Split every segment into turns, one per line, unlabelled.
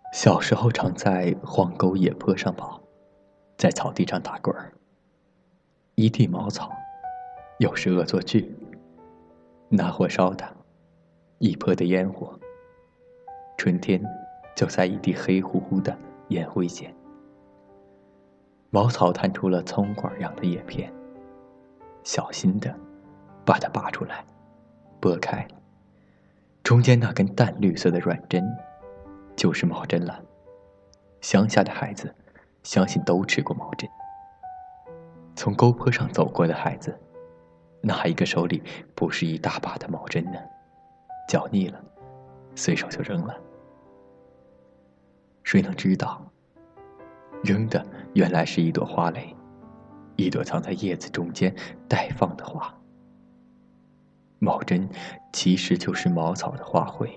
小时候常在荒沟野坡上跑，在草地上打滚儿。一地茅草，有时恶作剧，拿火烧它，一坡的烟火。春天就在一地黑乎乎的烟灰间，茅草探出了葱管样的叶片，小心地把它拔出来，拨开，中间那根淡绿色的软针就是毛针了。乡下的孩子相信都吃过毛针。从沟坡上走过的孩子，哪一个手里不是一大把的毛针呢？嚼腻了，随手就扔了。谁能知道，扔的原来是一朵花蕾，一朵藏在叶子中间待放的花。毛针其实就是茅草的花卉。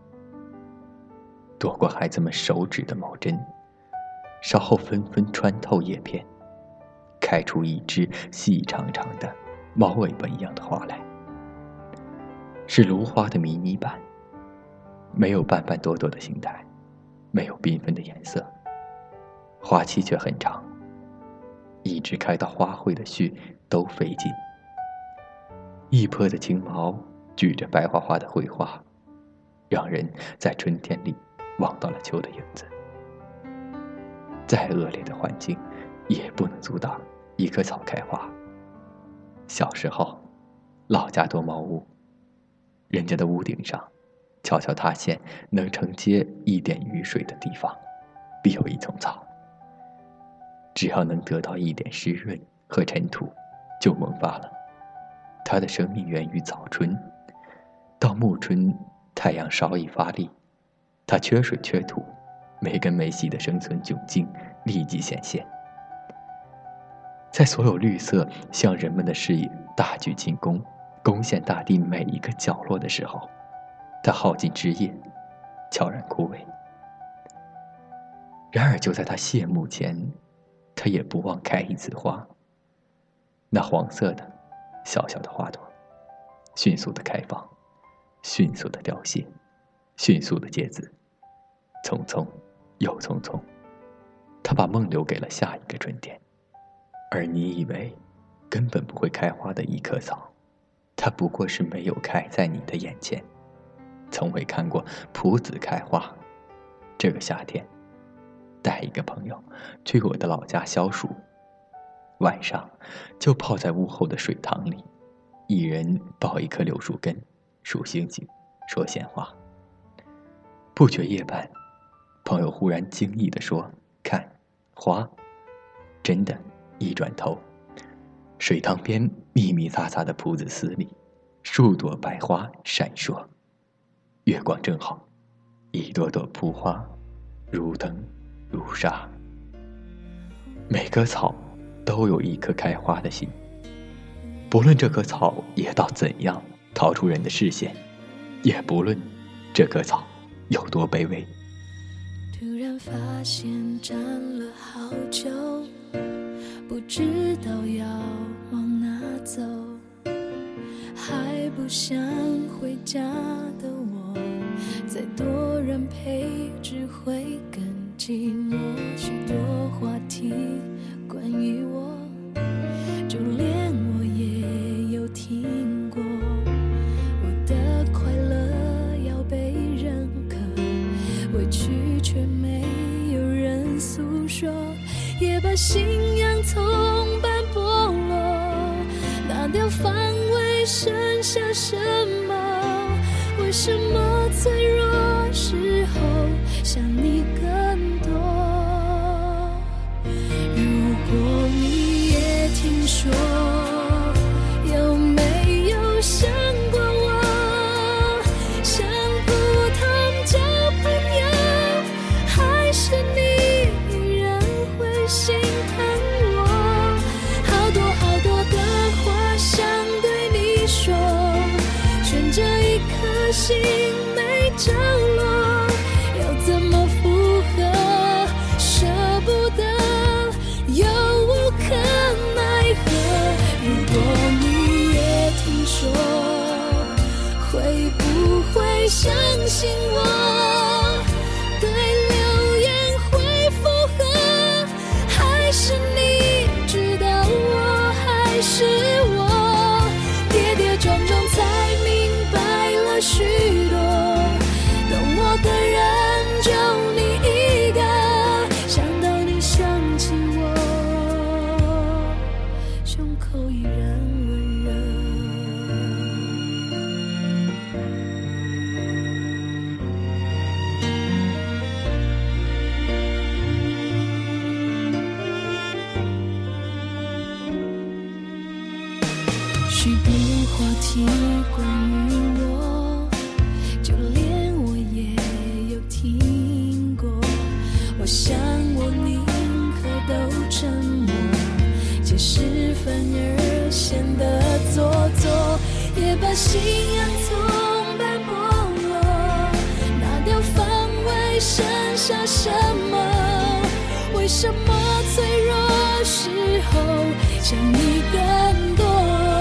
躲过孩子们手指的毛针，稍后纷纷穿透叶片，开出一只细长长的猫尾巴一样的花来。是芦花的迷你版，没有瓣瓣朵朵的形态，没有缤纷的颜色，花期却很长，一直开到花卉的序都费劲。一坡的青毛举着白花花的绘画，让人在春天里望到了秋的影子。再恶劣的环境也不能阻挡一棵草开花。小时候老家多茅屋，人家的屋顶上悄悄塌陷能承接一点雨水的地方必有一丛草，只要能得到一点湿润和尘土就萌发了。它的生命源于早春，到暮春太阳稍一发力，它缺水缺土，没根没系的生存窘境立即显现。在所有绿色向人们的视野大举进攻，攻陷大地每一个角落的时候，它耗尽枝叶，悄然枯萎。然而就在它谢幕前，它也不忘开一次花。那黄色的小小的花朵迅速的开放，迅速的凋谢，迅速的结籽，匆匆又匆匆，它把梦留给了下一个春天。而你以为根本不会开花的一棵草，它不过是没有开在你的眼前。从未看过蒲子开花。这个夏天带一个朋友去我的老家消暑，晚上就泡在屋后的水塘里，一人抱一棵柳树根，数星星，说闲话。不觉夜半，朋友忽然惊异地说：“看，花！”真的，一转头，水塘边密密匝匝的蒲子丝里，数朵白花闪烁，月光正好，一朵朵蒲花如灯如纱。每棵草都有一颗开花的心，不论这棵草野到怎样逃出人的视线，也不论这棵草有多卑微。
突然发现站了好久，不知道要往哪走，还不想回家的我，再多人陪只会更寂寞。许多话题关于我，就连我也有听过。我的快乐要被认可，委屈却没有人诉说，也把信仰从斑剥落。拿掉防卫，剩下什么？为什么脆弱时候想你更多？如果你也听说，有没有想过我？像普通交朋友，还是你依然会心疼我？好多好多的话想对你说，悬着一颗心没着提关于我，就连我也有听过。我想我宁可都沉默，解释反而显得做作，也把信仰从白剥落，拿掉防卫，剩下什么？为什么脆弱时候想你更多？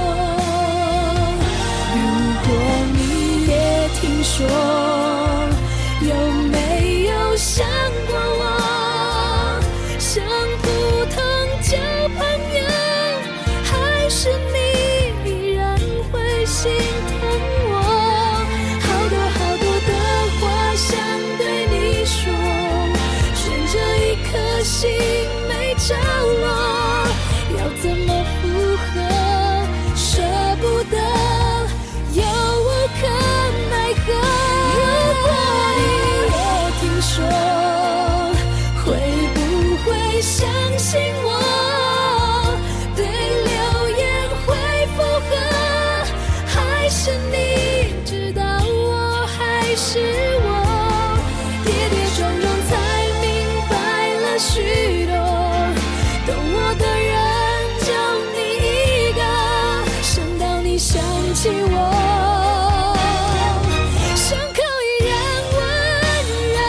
如果你也听说，有没有想过我？像普通交朋友，还是你依然会心疼我？好多好多的话想对你说，悬着一颗心没着落，要怎么附和？舍不得，又无可奈何。如果你也听说，会不会相信我？对流言会附和，还是你知道我还是我？跌跌撞撞才明白了许多，懂我的人就你一个，想到你想起我，伤口依然温热。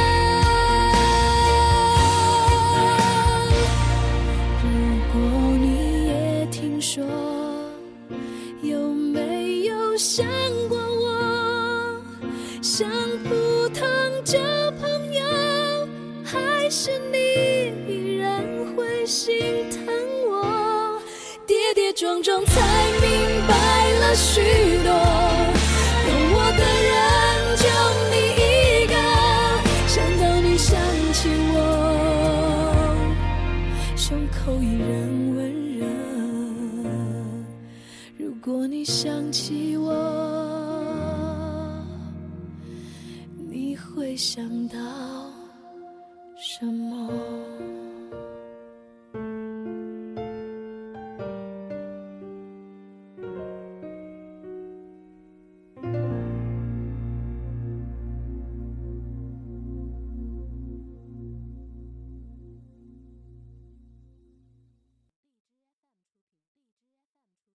如果你也听说，有没有想过我？像普通交朋友，还是你依然会心疼我？跌跌撞撞才明白了许多，懂我的人就你一个，想到你想起我，胸口依然温热。如果你想起我，你会想到什么？